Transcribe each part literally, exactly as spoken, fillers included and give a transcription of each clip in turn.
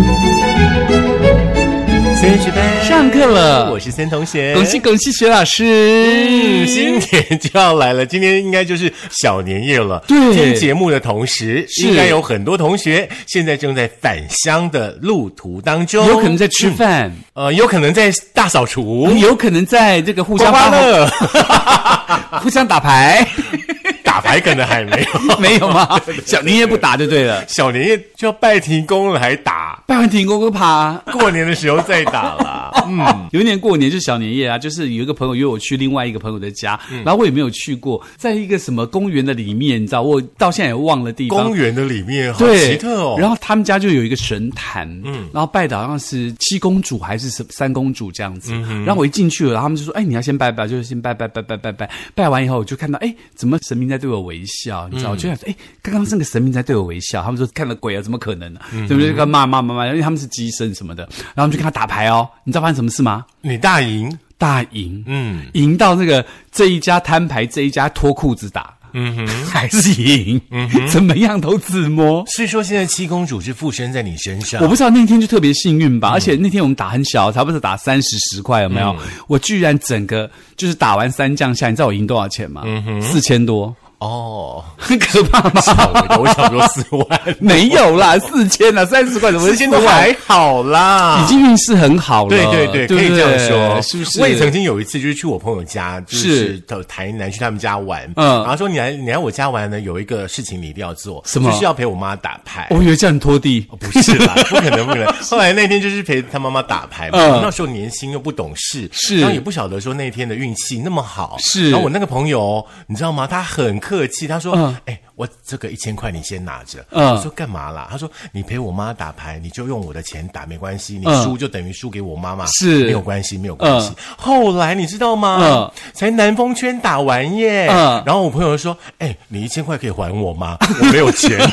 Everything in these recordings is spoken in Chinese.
森学班上课了， 我是森同学， 恭喜恭喜学老师！ 嗯，新年就要来了，今天应该就是小年夜了。 对， 听节目的同时，应该有很多同学现在正在返乡的路途当中， 有可能在吃饭， 嗯、呃，有可能在大扫除， 有可能在这个互相刮刮乐， 互相打牌。 打牌可能还没有， 没有吗？小年夜不打就对了， 小年夜就要拜天公了，还打？ 拜完天公就爬， 过年的时候再打啦。嗯， 有一年过年就是小年夜啊，就是有一个朋友约我去另外一个朋友的家，嗯、然后我也没有去过，在一个什么公园的里面，你知道，我到现在也忘了地方。 公园的里面，好奇特哦。 然后他们家就有一个神坛，嗯，然后拜的好像是七公主还是三公主这样子。嗯、然后我一进去了，然后他们就说：“哎，你要先拜拜，就是先拜拜拜拜拜拜。”拜完以后，我就看到，哎，怎么神明在对我微笑？你知道，嗯、我就想说，哎，刚刚那个神明在对我微笑。他们说看了鬼啊，怎么可能呢、啊？嗯、怎么就跟骂骂骂骂？因为他们是机身什么的，然后我们就跟他打牌哦。你知道发生什么事吗？ 你大赢， 大赢， 嗯， 赢到那个这一家摊牌，这一家脱裤子打。嗯哼，还是赢，嗯哼，怎么样都自摸。 所以说，现在七公主是附身在你身上。 我不知道那天就特别幸运吧，嗯、而且那天我们打很小，差不多打三十十块，有没有？嗯、我居然整个就是打完三将下，你知道我赢多少钱吗？嗯哼，四千多。 哦， 很可怕吗？ 我想说四万， 没有啦，四千啦，三十块怎么四千都还好啦， 已经运势很好了。 对对对， 对可以这样说， 是不是？ 我也曾经有一次就是去我朋友家，就是到台南去他们家玩，嗯，然后说你来你来我家玩呢，有一个事情你一定要做， 什么？ 就是要陪我妈打牌。 我以为叫你拖地， 哦、不是啦，不可能不可能。后来那天就是陪他妈妈打牌嘛，嗯、那时候年轻又不懂事， 是， 然后也不晓得说那天的运气那么好， 是。 然后我那个朋友，你知道吗？他很客气，他说。嗯哎，我这个一千块你先拿着。嗯，我说干嘛啦？他说你陪我妈打牌，你就用我的钱打没关系，你输就等于输给我妈妈， 是、嗯、 没有关系，没有关系。嗯、后来你知道吗？嗯，才南风圈打完耶。嗯，然后我朋友说，哎，你一千块可以还我吗？我没有钱。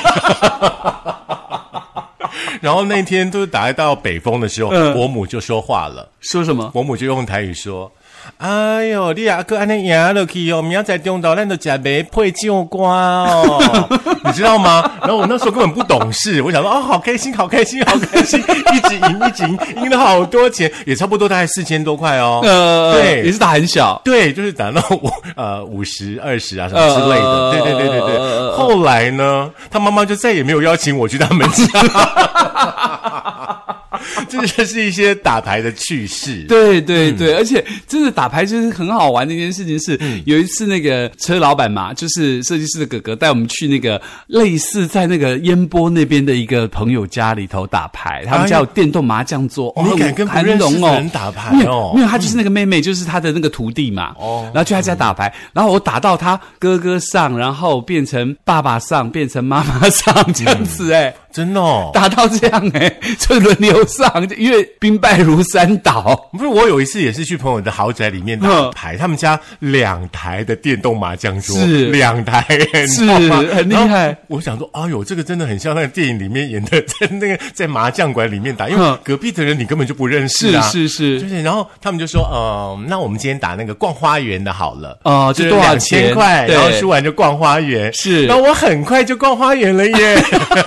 然后那天都打到北风的时候，嗯、伯母就说话了， 说什么？ 伯母就用台语说。哎呦，你阿哥安尼赢落去哦，明仔载中昼咱就吃麦配酱瓜哦，你知道吗？然后我那时候根本不懂事，我想说哦，好开心，好开心，好开心，一直赢，一直赢，赢了好多钱，也差不多大概四千多块哦。呃，对， 也是打很小， 对，就是打到五呃五十、二十啊什么之类的。呃、对对对对对。呃、后来呢，他妈妈就再也没有邀请我去他们家。这就是一些打牌的趣事， 对对对，嗯、而且真的打牌就是很好玩的一件事情是，嗯、有一次那个车老板嘛，就是设计师的哥哥带我们去那个类似在那个烟波那边的一个朋友家里头打牌，他们家有电动麻将桌， 哎、哦，你敢跟不认识的人打牌哦？ 没有，他就是那个妹妹，就是他的那个徒弟嘛，哦，然后去他家打牌，然后我打到他哥哥上，然后变成爸爸上，变成妈妈上这样子、欸，哎、嗯， 真的哦， 打到这样哎、欸，就轮流上。因为兵败如山倒， 不是我有一次也是去朋友的豪宅里面打牌，他们家两台的电动麻将桌， 是两台， 是很厉害。 我想说，哎呦，这个真的很像那个电影里面演的，在那个在麻将馆里面打，因为隔壁的人你根本就不认识啊， 是是是， 就是，然后他们就说，嗯，那我们今天打那个逛花园的好了， 哦、呃， 就多少钱？两千块，然后输完就逛花园， 是， 然后我很快就逛花园了耶。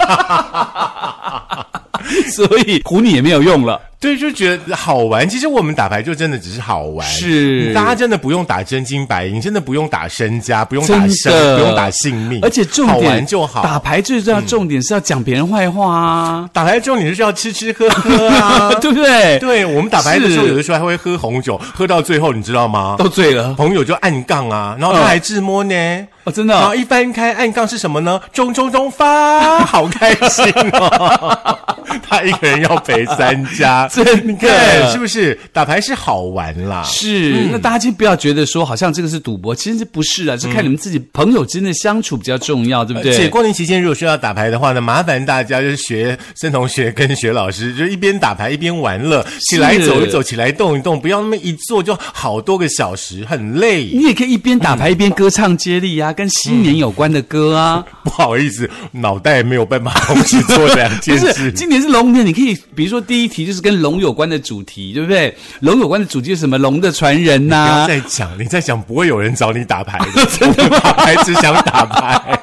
所以唬你也没有用了。 对，就觉得好玩。其实我们打牌就真的只是好玩， 是大家真的不用打真金白银，真的不用打身家，不用打生，不用打性命， 而且重点好玩就好。 打牌最重要重点是要讲别人坏话啊， 嗯、打牌重点就是要吃吃喝喝啊， 对不对？ 对，我们打牌的时候有的时候还会喝红酒，喝到最后你知道吗？ 都醉了， 朋友就暗杠啊，然后他还自摸呢。嗯哦，真的、哦。 然后一翻开暗杠是什么呢？中中中发，好开心哦！他一个人要陪三家， 真的， 你看是不是？打牌是好玩啦， 是。嗯、那大家先不要觉得说好像这个是赌博，其实不是啊，是看你们自己朋友之间的相处比较重要，对不对？ 而且过年期间如果需要打牌的话呢，麻烦大家就是学森同学跟学老师，就一边打牌一边玩乐，起来走一走，起来动一动，不要那么一坐就好多个小时，很累。 你也可以一边打牌一边歌唱接力啊。跟新年有关的歌啊、 嗯，不好意思，脑袋没有办法同时做两件事。 不是，今年是龙年，你可以比如说第一题就是跟龙有关的主题，对不对？龙有关的主题是什么？龙的传人呐、啊。 不要再讲，你再讲不会有人找你打牌的，真的吗？打牌只想打牌。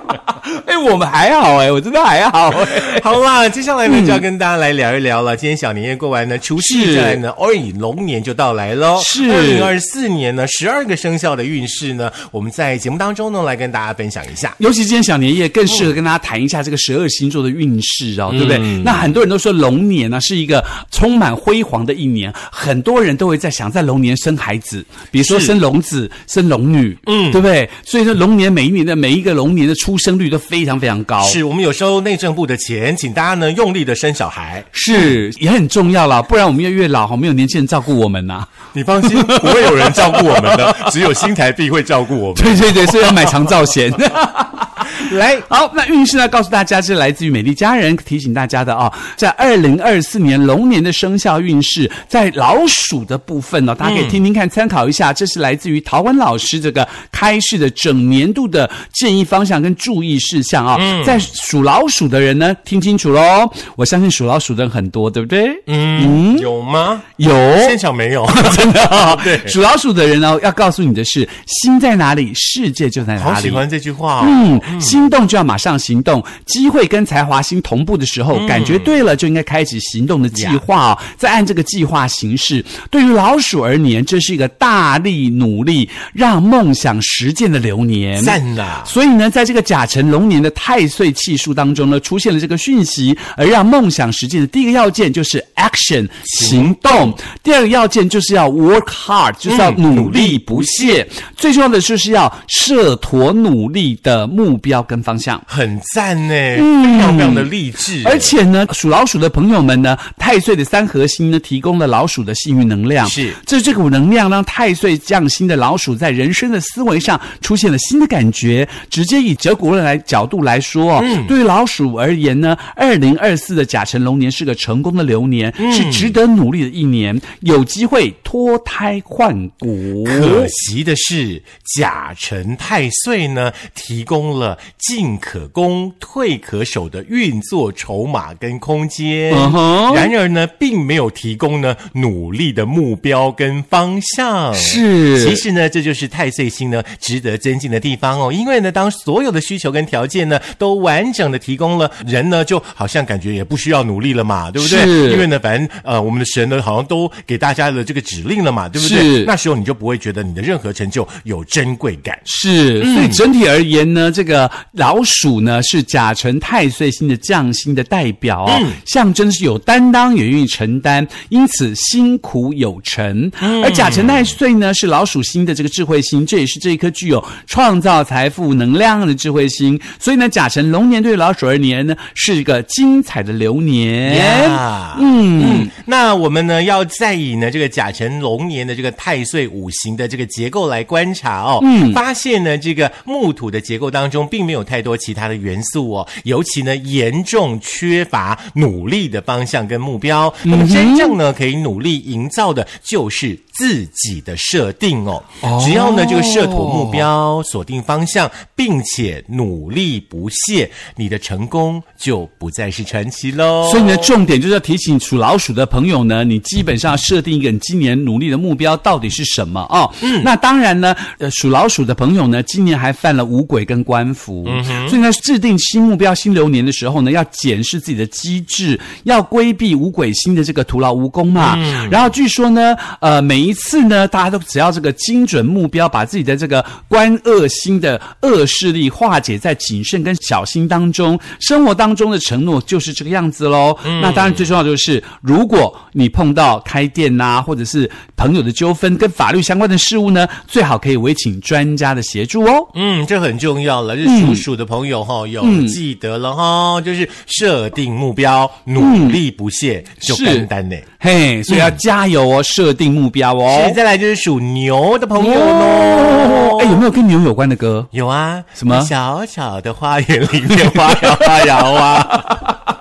哎、欸，我们还好哎、欸，我真的还好哎、欸。 好啦，接下来呢、嗯、就要跟大家来聊一聊了。今天小年夜过完呢，除夕再来呢，而以龙年就到来喽。 是二零二四年呢，十二个生肖的运势呢，我们在节目当中呢来跟大家分享一下。 尤其今天小年夜更适合跟大家谈一下这个十二星座的运势哦，嗯、对不对？那很多人都说龙年呢是一个充满辉煌的一年，很多人都会在想在龙年生孩子，比如说生龙子、生龙女，嗯，对不对？所以说龙年每一年的每一个龙年的出生率都非常非常高。 是我们有收内政部的钱，请大家呢用力的生小孩， 是也很重要啦，不然我们越越老，没有年轻人照顾我们呐、啊。 你放心，不会有人照顾我们的，只有新台币会照顾我们。 对对对，所以要买长照险。 来， 好，那运势呢？告诉大家，是来自于美丽佳人提醒大家的哦，在二零二四年龙年的生肖运势，在老鼠的部分呢、哦，大家可以听听看，参考一下。这是来自于陶文老师这个开市的整年度的建议方向跟注意事项啊、哦。嗯、在属老鼠的人呢，听清楚喽！我相信属老鼠的人很多，对不对？ 嗯，嗯有吗？ 有， 现场没有， 真的、哦。 对， 属老鼠的人呢，要告诉你的是，心在哪里，世界就在哪里。 好喜欢这句话、哦。 嗯。嗯心动就要马上行动，机会跟才华心同步的时候，嗯、感觉对了就应该开启行动的计划哦，再按这个计划行事。对于老鼠而言，这是一个大力努力让梦想实践的流年。 赞啦！ 所以呢，在这个甲辰龙年的太岁气数当中呢，出现了这个讯息，而让梦想实践的第一个要件就是 action 行动，第二个要件就是要 work hard， 就是要努力不懈，嗯、最重要的就是要设妥努力的目标跟方向。 很赞呢，嗯、非常非常的励志。 而且呢，属老鼠的朋友们呢，太岁的三合星呢，提供了老鼠的幸运能量。 是， 这这股能量让太岁降星的老鼠在人生的思维上出现了新的感觉。直接以结果论来角度来说哦，嗯、对于老鼠而言呢，二零二四的甲辰龙年是个成功的流年，嗯、是值得努力的一年，有机会脱胎换骨。 可惜的是，甲辰太岁呢，提供了进可攻、退可守的运作筹码跟空间，uh-huh. 然而呢，并没有提供呢努力的目标跟方向。 是， 其实呢，这就是太岁星呢值得增进的地方哦。因为呢，当所有的需求跟条件呢都完整的提供了，人呢就好像感觉也不需要努力了嘛，对不对？ 是， 因为呢，反正呃，我们的神呢好像都给大家的这个指令了嘛，对不对？ 是， 那时候你就不会觉得你的任何成就有珍贵感。 是，所以整体而言呢，这个老鼠呢是甲辰太岁星的将星的代表哦，嗯、象征是有担当，也愿意承担，因此辛苦有成。嗯、而甲辰太岁呢是老鼠星的这个智慧星，这也是这一颗具有创造财富能量的智慧星。所以呢，甲辰龙年对老鼠而言呢是一个精彩的流年。 Yeah, 嗯嗯，那我们呢要再以呢这个甲辰龙年的这个太岁五行的这个结构来观察哦，嗯，发现呢这个木土的结构当中并没有太多其他的元素哦，尤其呢严重缺乏努力的方向跟目标。嗯、那么真正呢可以努力营造的就是自己的设定哦。哦只要呢这个设妥目标、锁定方向，并且努力不懈，你的成功就不再是传奇喽。 所以呢，重点就是要提醒属老鼠的朋友呢，你基本上设定一个你今年努力的目标到底是什么哦。嗯，那当然呢，呃，属老鼠的朋友呢，今年还犯了五鬼跟官符，嗯哼，所以呢，制定新目标、新流年的时候呢，要检视自己的机制，要规避五鬼星的这个徒劳无功嘛。嗯，然后据说呢，呃，每一次呢，大家都只要这个精准目标，把自己的这个官恶星的恶势力化解在谨慎跟小心当中，生活当中的承诺就是这个样子咯。嗯，那当然最重要的就是，如果你碰到开店啊，或者是朋友的纠纷跟法律相关的事物呢，最好可以委请专家的协助哦。 嗯，这很重要了，就是属鼠的朋友哈、嗯，有记得了哈、嗯，就是设定目标，努力不懈，嗯、就简单呢。 嘿，所以要加油哦，嗯、设定目标哦。 是，再来就是属牛的朋友喽。 哎、哦，有没有跟牛有关的歌？ 有啊， 什么？ 小小的花园里面花摇花摇啊。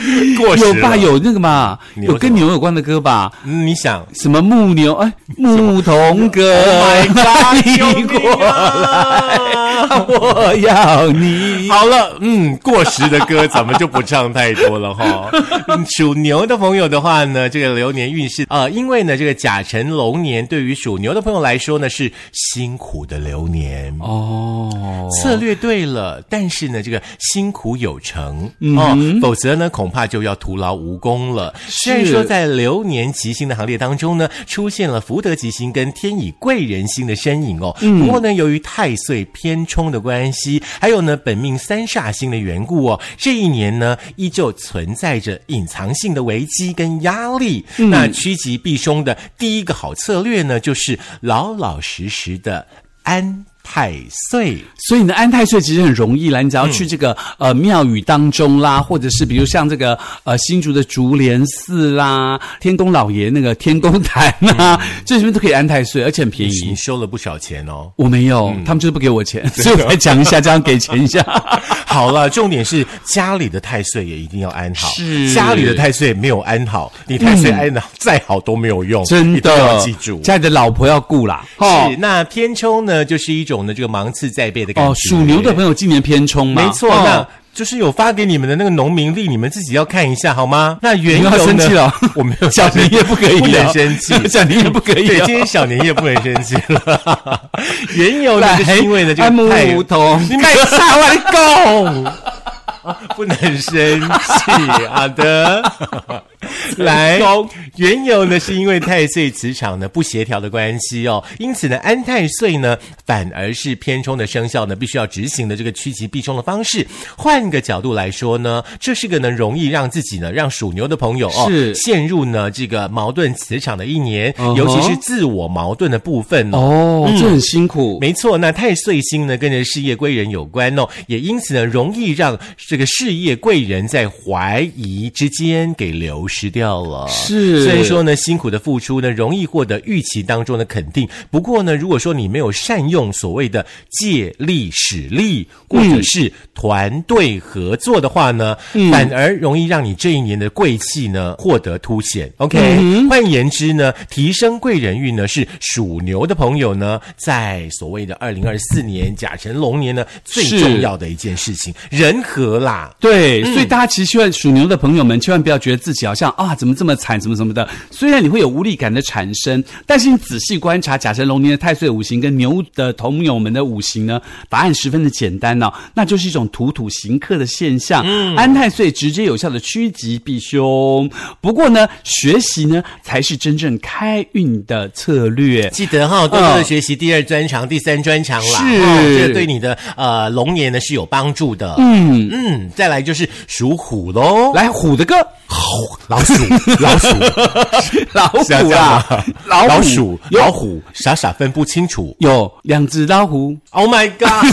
过时了有吧？有那个嘛，有跟牛有关的歌吧？ 嗯，你想什么牧牛？哎，牧童歌 ？Oh my god！ 你过来，我要你。 好了，嗯，过时的歌咱们就不唱太多了哈。属牛的朋友的话呢，这个流年运势呃，因为呢，这个甲辰龙年对于属牛的朋友来说呢是辛苦的流年哦， 策略对了，但是呢，这个辛苦有成、 嗯、 哦，否则呢，恐怕就要徒劳无功了。虽然说在流年吉星的行列当中呢，出现了福德吉星跟天乙贵人星的身影哦，嗯、不过呢，由于太岁偏冲的关系，还有呢本命三煞星的缘故哦，这一年呢依旧存在着隐藏性的危机跟压力。嗯、那趋吉避凶的第一个好策略呢，就是老老实实的安太岁。 所以呢，安太岁其实很容易啦，你只要去这个、嗯、呃庙宇当中啦，或者是比如像这个呃新竹的竹莲寺啦、天公老爷那个天公坛啊，嗯、这边都可以安太岁，而且很便宜。 你收了不少钱哦。 我没有，嗯、他们就是不给我钱，所以我才讲一下，这样给钱一下。 好了，重点是家里的太岁也一定要安好。 是， 家里的太岁没有安好，你太岁安好、嗯、再好都没有用， 真的一定要记住。 家里的老婆要顾啦。 哦、是，那偏冲呢，就是一种呢这个芒刺在背的感觉。 哦，属牛的朋友今年偏冲吗？ 没错，哦、那。就是有发给你们的那个农民历，你们自己要看一下好吗？那原油呢？ 你要生气了， 我没有。 小年夜不可以， 不能生气， 小年夜不可以。 对，今天小年夜不能生气了。原油呢，就是因为呢这个太木头， 你卖啥我的讲。不能生气，好的。来，缘由呢是因为太岁磁场呢不协调的关系哦，因此呢安太岁呢反而是偏冲的生肖呢必须要执行的这个趋吉避冲的方式。换个角度来说呢，这是个呢容易让自己呢让属牛的朋友哦陷入呢这个矛盾磁场的一年， uh-huh. 尤其是自我矛盾的部分哦， 哦嗯、这很辛苦。 没错，那太岁星呢跟着事业贵人有关哦，也因此呢容易让这个事业贵人在怀疑之间给流失掉了。 是， 虽然说呢辛苦的付出呢容易获得预期当中的肯定，不过呢如果说你没有善用所谓的借力使力或者是团队合作的话呢、嗯、反而容易让你这一年的贵气呢获得凸显。 OK、嗯、换言之呢提升贵人运呢是属牛的朋友呢在所谓的二零二四年甲辰龙年呢最重要的一件事情，人和啦。 对、嗯、所以大家其实希望属牛的朋友们千万不要觉得自己好像啊怎么这么惨怎么怎么的，虽然你会有无力感的产生，但是你仔细观察甲辰龙年的太岁五行跟牛的朋友们的五行呢，答案十分的简单哦，那就是一种土土刑克的现象。嗯，安太岁直接有效的趋吉避凶，不过呢学习呢才是真正开运的策略。 记得哈、哦，多多的学习第二专长、嗯、第三专长啦， 是、 哦、这个对你的呃龙年呢是有帮助的。嗯嗯，再来就是属虎咯， 来虎的歌， 虎老鼠老鼠老虎啊， 老虎老鼠老虎傻傻分不清楚， 有两只老虎。 Oh my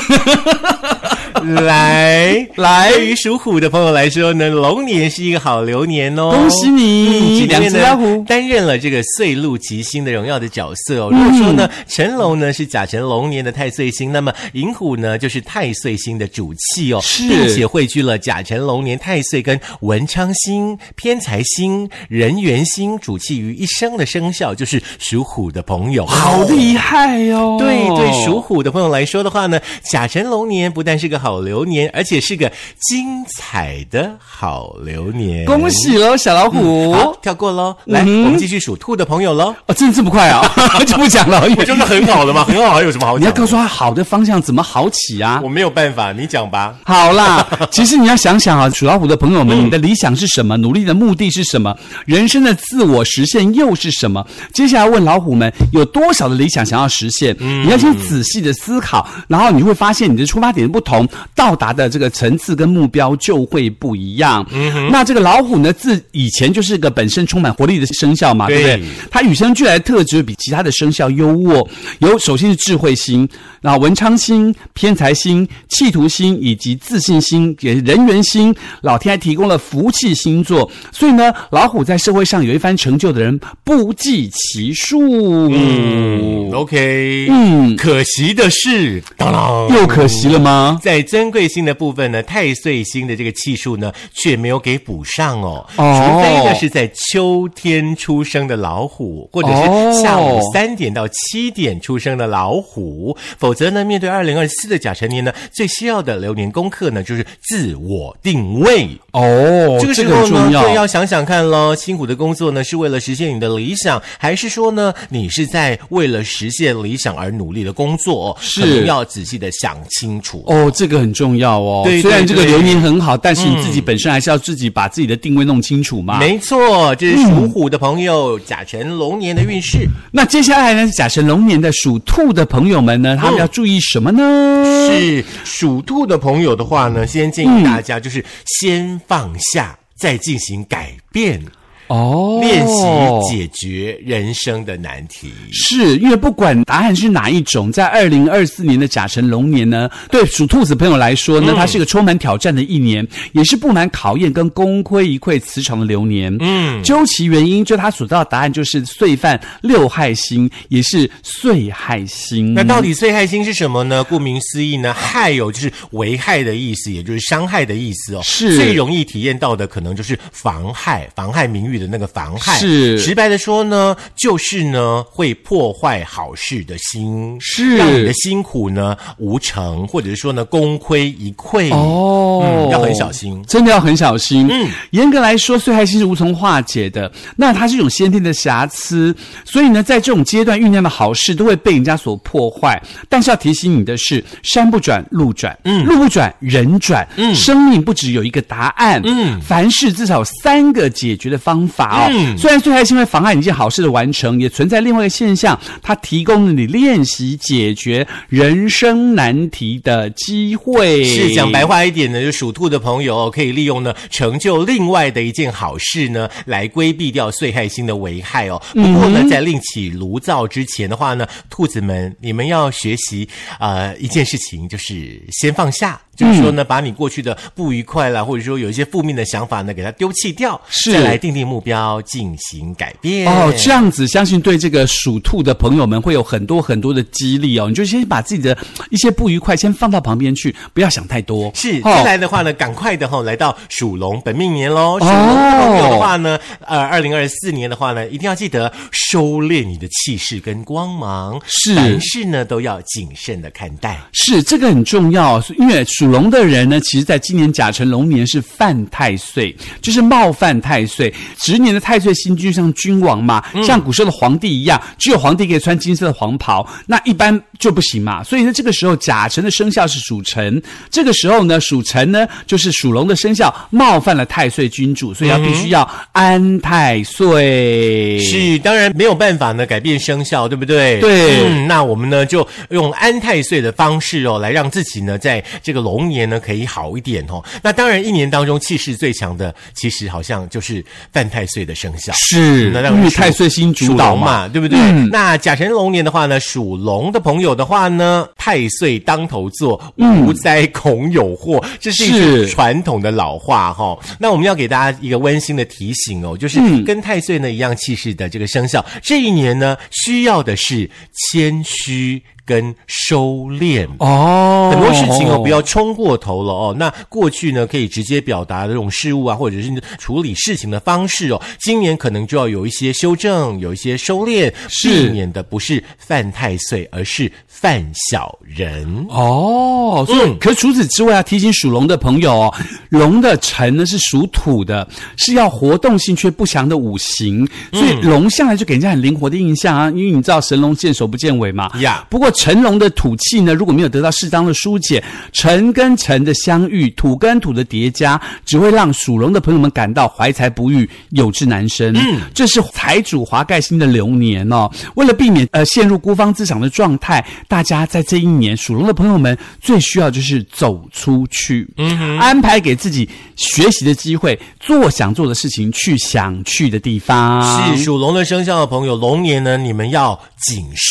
god 来来，对于属虎的朋友来说呢，龙年是一个好流年哦， 恭喜你！ 嗯、两只老虎担任了这个岁禄吉星的荣耀的角色哦。如果说呢，辰龙呢是甲辰龙年的太岁星，那么寅虎呢就是太岁星的主气哦，并且汇聚了甲辰龙年太岁跟文昌星、偏财星、人缘星主气于一身的生肖，就是属虎的朋友。 好厉害哦！ 对对，属虎的朋友来说的话呢，甲辰龙年不但是个好流年，而且是个精彩的好流年。 恭喜喽，小老虎！ 嗯、好，跳过喽。来、嗯，我们继续属兔的朋友喽。 哦，真的这么快啊？就不讲了， 我就是很好的嘛，很好，还有什么好讲的？ 你要告诉他好的方向怎么好起啊？ 我没有办法，你讲吧。 好啦，其实你要想想啊，属老虎的朋友们，嗯、你的理想是什么？努力的目的是什么？人生的自我实现又是什么？接下来问老虎们，有多少的理想想要实现？嗯、你要先仔细的思考，然后你会发现你的出发点不同，到达的这个层次跟目标就会不一样。嗯、那这个老虎呢，自以前就是个本身充满活力的生肖嘛， 对, 对不对？它与生俱来的特质比其他的生肖优渥，有首先是智慧星，然后文昌星、偏财星、企图星以及自信星，也人缘星，老天还提供了福气星座，所以呢，老虎在社会上有一番成就的人不计其数。 嗯 ，OK， 嗯，可惜的是，当然又可惜了吗？ 在在尊贵星的部分呢，太岁星的这个气数呢，却没有给补上哦。 哦除非呢是在秋天出生的老虎，或者是下午三点到七点出生的老虎，否则呢，面对二零二四的甲辰年呢，最需要的流年功课呢，就是自我定位哦。 这个时候呢， 这个就要想想看咯，辛苦的工作呢，是为了实现你的理想，还是说呢，你是在为了实现理想而努力的工作？ 是， 可能要仔细的想清楚哦。这个很重要哦。 对对对， 虽然这个流年很好，但是你自己本身还是要自己把自己的定位弄清楚嘛。 没错，这是属虎的朋友、嗯、甲辰龙年的运势。 那接下来呢，甲辰龙年的属兔的朋友们呢，他们要注意什么呢？ 嗯、是属兔的朋友的话呢，先建议大家就是先放下，嗯、再进行改变。 哦， 练习解决人生的难题， 是因为不管答案是哪一种，在二零二四年的甲辰龙年呢，对属兔子朋友来说呢，嗯、它是一个充满挑战的一年，也是布满考验跟功亏一篑磁场的流年。嗯，究其原因，就他所到的答案就是岁犯六害星，也是岁害星。 那到底岁害星是什么呢？顾名思义呢，害有就是危害的意思，也就是伤害的意思哦。 是最容易体验到的可能就是妨害，妨害名誉的那个妨害。 是直白的说呢，就是呢会破坏好事的心， 是让你的辛苦呢无成，或者是说呢功亏一篑。 哦、 嗯，要很小心， 真的要很小心。 嗯， 严格来说，岁害星是无从化解的，那它是一种先天的瑕疵，所以呢，在这种阶段酝酿的好事都会被人家所破坏。但是要提醒你的是，山不转路转，嗯，路不转人转，嗯，生命不只有一个答案，嗯，凡事至少有三个解决的方法哦。嗯，虽然岁害星会妨碍你一件好事的完成，也存在另外一个现象，它提供了你练习解决人生难题的机会。 是讲白话一点呢，就属兔的朋友可以利用呢成就另外的一件好事呢，来规避掉岁害星的危害哦。不过呢，嗯、在另起炉灶之前的话呢，兔子们你们要学习呃一件事情，就是先放下。就是说呢，把你过去的不愉快啦，或者说有一些负面的想法呢，给它丢弃掉， 是再来定定目标，进行改变。 哦，这样子，相信对这个属兔的朋友们会有很多很多的激励哦。你就先把自己的一些不愉快先放到旁边去，不要想太多。 是，哦、再来的话呢，赶快的哈、哦，来到属龙本命年喽。属龙的朋友的话呢，呃，二零二四年的话呢，一定要记得收敛你的气势跟光芒， 是， 凡事呢都要谨慎的看待。 是，这个很重要，因为属龙的人呢，其实在今年甲辰龙年是犯太岁，就是冒犯太岁。值年的太岁星君像君王嘛，嗯、像古时候的皇帝一样，只有皇帝可以穿金色的黄袍，那一般就不行嘛。所以呢，这个时候甲辰的生肖是属辰，这个时候呢，属辰呢就是属龙的生肖冒犯了太岁君主，所以要必须要安太岁。 嗯、是，当然没有办法呢改变生肖，对不对？ 对， 嗯，那我们呢就用安太岁的方式哦，来让自己呢在这个龙年呢可以好一点哦。那当然一年当中气势最强的其实好像就是犯太岁的生肖， 是，那因为太岁星主导嘛， 对不对？嗯、那甲辰龙年的话呢，属龙的朋友的话呢，太岁当头坐，无灾恐有祸，嗯、这是一句传统的老话哈、哦。那我们要给大家一个温馨的提醒哦，就是跟太岁呢一样气势的这个生肖，这一年呢需要的是谦虚跟收敛哦，很多事情哦，不要冲过头了哦。那过去呢，可以直接表达的这种事物啊，或者是处理事情的方式哦，今年可能就要有一些修正，有一些收敛，避免的不是犯太岁，而是犯小人哦。所以，嗯、可是除此之外，要提醒属龙的朋友哦，龙的辰呢是属土的，是要活动性却不祥的五行，所以龙向来就给人家很灵活的印象啊，因为你知道神龙见首不见尾嘛。 呀， 不过辰龙的土气呢，如果没有得到适当的疏解，辰跟辰的相遇，土跟土的叠加，只会让属龙的朋友们感到怀才不遇，有志难伸。嗯，这是财主华盖星的流年哦。为了避免呃陷入孤芳自赏的状态，大家在这一年属龙的朋友们最需要就是走出去，嗯，安排给自己学习的机会，做想做的事情，去想去的地方。 是属龙的生肖的朋友，龙年呢，你们要谨慎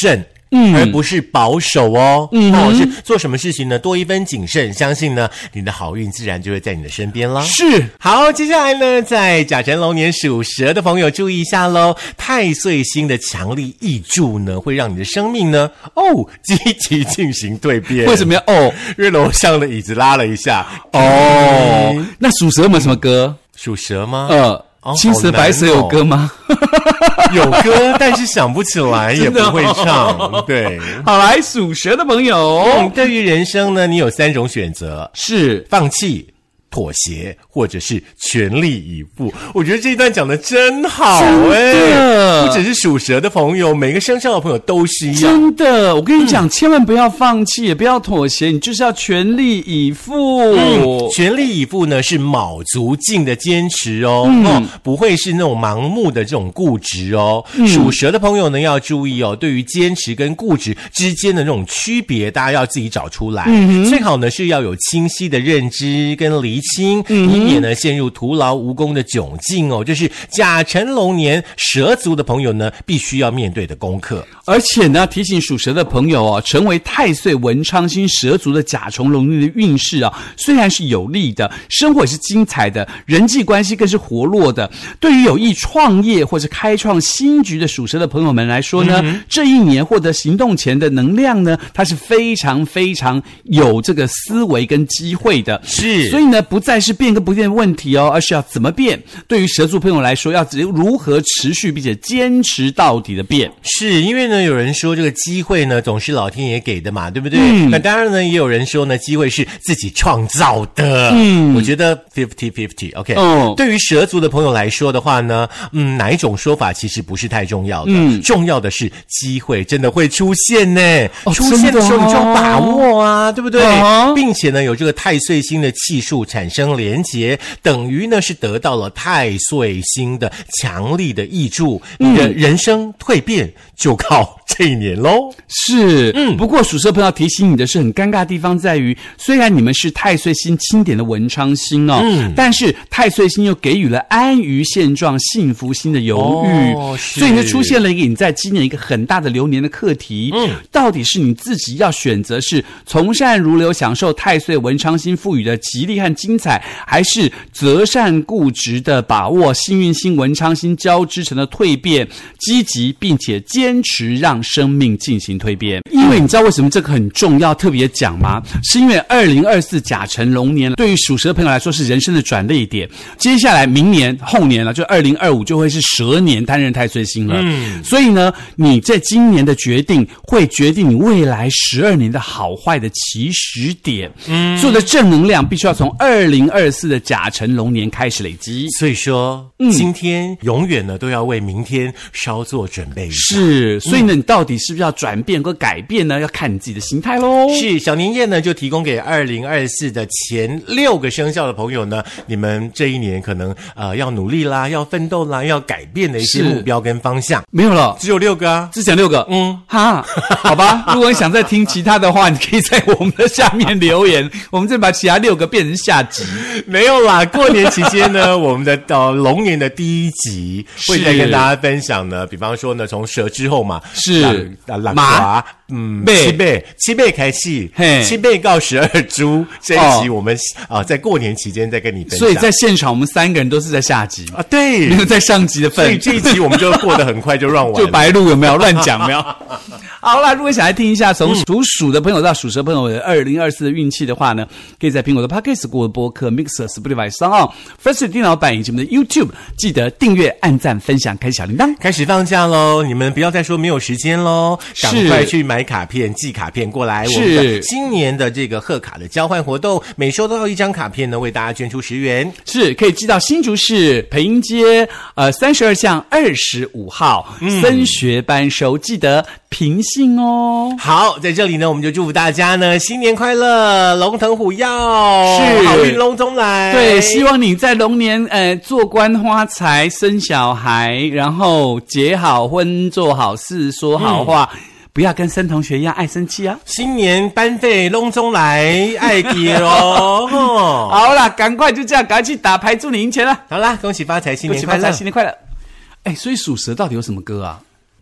嗯，而不是保守哦。 嗯， 哦，是做什么事情呢？多一分谨慎，相信呢，你的好运自然就会在你的身边了。 是， 好，接下来呢，在甲辰龙年属蛇的朋友注意一下喽，太岁星的强力挹注呢，会让你的生命呢，哦，积极进行蜕变。 为什么要哦？ 因为楼上的椅子拉了一下。 哦，嗯、那属蛇有没有什么歌？ 属蛇吗？ 呃。 哦、 青蛇白蛇有歌吗？ 有歌，但是想不起来，也不会唱。哦、对， 好，来属蛇的朋友， 嗯，对于人生呢，你有三种选择： 是放弃、妥协，或者是全力以赴。我觉得这一段讲的真好哎，不只是属蛇的朋友，每个生肖的朋友都是一样。 真的，我跟你讲，嗯、千万不要放弃，也不要妥协，你就是要全力以赴。 嗯、全力以赴呢是卯足劲的坚持哦，嗯、哦，不会是那种盲目的这种固执哦。嗯、属蛇的朋友呢要注意哦，对于坚持跟固执之间的那种区别，大家要自己找出来。嗯、最好呢是要有清晰的认知跟理清，嗯、以免呢陷入徒劳无功的窘境哦。这是甲辰龙年蛇族的朋友呢必须要面对的功课。 而且呢，提醒属蛇的朋友哦，成为太岁文昌星蛇族的甲辰龙年的运势啊，虽然是有利的，生活也是精彩的，人际关系更是活络的。对于有意创业或者开创新局的属蛇的朋友们来说呢，嗯、这一年获得行动前的能量呢，它是非常非常有这个思维跟机会的。 是， 所以呢，不再是变跟不变的问题哦，而是要怎么变。对于蛇族朋友来说，要如何持续并且坚持到底的变。 是，因为呢，有人说这个机会呢总是老天爷给的嘛，对不对？嗯、那当然呢，也有人说呢，机会是自己创造的。嗯，我觉得 fifty fifty OK。哦，对于蛇族的朋友来说的话呢，嗯，哪一种说法其实不是太重要的，嗯、重要的是机会真的会出现呢。哦、出现的时候你就要把握啊，对不对？哦、并且呢，有这个太岁星的气数产生连结，等于呢是得到了太岁星的强力的挹注，嗯、你的人生蜕变就靠这一年咯。 是，嗯，不过属蛇朋友提醒你的是，很尴尬的地方在于，虽然你们是太岁星钦点的文昌星哦，嗯、但是太岁星又给予了安于现状、幸福心的犹豫，哦、所以呢，出现了一个你在今年一个很大的流年的课题，嗯，到底是你自己要选择是从善如流，享受太岁文昌星赋予的吉利和精彩，还是择善固执的把握幸运星、文昌星交织成的蜕变，积极并且坚持让生命进行蜕变。因为你知道为什么这个很重要特别讲吗？是因为二零二四甲辰龙年对于属蛇的朋友来说是人生的转捩点，接下来明年后年了，就二零二五就会是蛇年担任太岁星了。嗯，所以呢，你在今年的决定会决定你未来十二年的好坏的起始点。嗯，所有的正能量必须要从二零二四的甲辰龙年开始累积。 所以说，嗯、今天永远呢都要为明天稍作准备一下。 是，所以呢，嗯、你到底是不是要转变和改变呢？要看你自己的心态咯。 是，小年夜呢就提供给二零二四的前六个生肖的朋友呢，你们这一年可能呃要努力啦，要奋斗啦，要改变的一些目标跟方向。 没有了， 只有六个啊， 只讲六个。嗯，哈，好吧。如果你想再听其他的话，你可以在我们的下面留言，我们再把其他六个变成下集。 没有啦，过年期间呢，我们的呃龙年的第一集会再跟大家分享呢。比方说呢，从蛇之后嘛， 是马。嗯，七倍七倍开戏，七倍告十二猪这一集我们啊、哦呃、在过年期间再跟你分享。 所以在现场我们三个人都是在下集啊，对， 没有在上集的份。 所以这一集我们就过得很快就让完了， 就白录有没有乱讲没有？好啦，如果想来听一下从属鼠的朋友到属蛇朋友的二零二四的运气的话呢，可以在苹果的 Podcast、Google 播客、Mixer、Spotify 上哦 ，First 电脑版以及我们的 YouTube， 记得订阅、按赞、分享、开小铃铛。 开始放假喽，你们不要再说没有时间喽，赶快去买卡片、寄卡片过来。我们的今年的这个贺卡的交换活动，每收到一张卡片呢，为大家捐出十元， 是可以寄到新竹市培英街呃三十二巷二十五号、嗯、升学班收，记得平信哦。 好，在这里呢，我们就祝福大家呢新年快乐，龙腾虎跃， 是好运龙中来。 对，希望你在龙年呃做官发财、生小孩，然后结好婚、做好事、说好话。嗯，不要跟森同学一样爱生气啊！ 新年班费隆中来，爱给哦！ 好啦，赶快就这样，赶快去打牌，祝你赢钱了。 好啦，恭喜发财，新年快乐， 新年快乐！哎，所以属蛇到底有什么歌啊？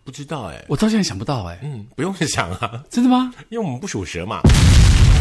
不知道哎、欸， 我到现在想不到哎、欸。 嗯，不用想啊， 真的吗？ 因为我们不属蛇嘛。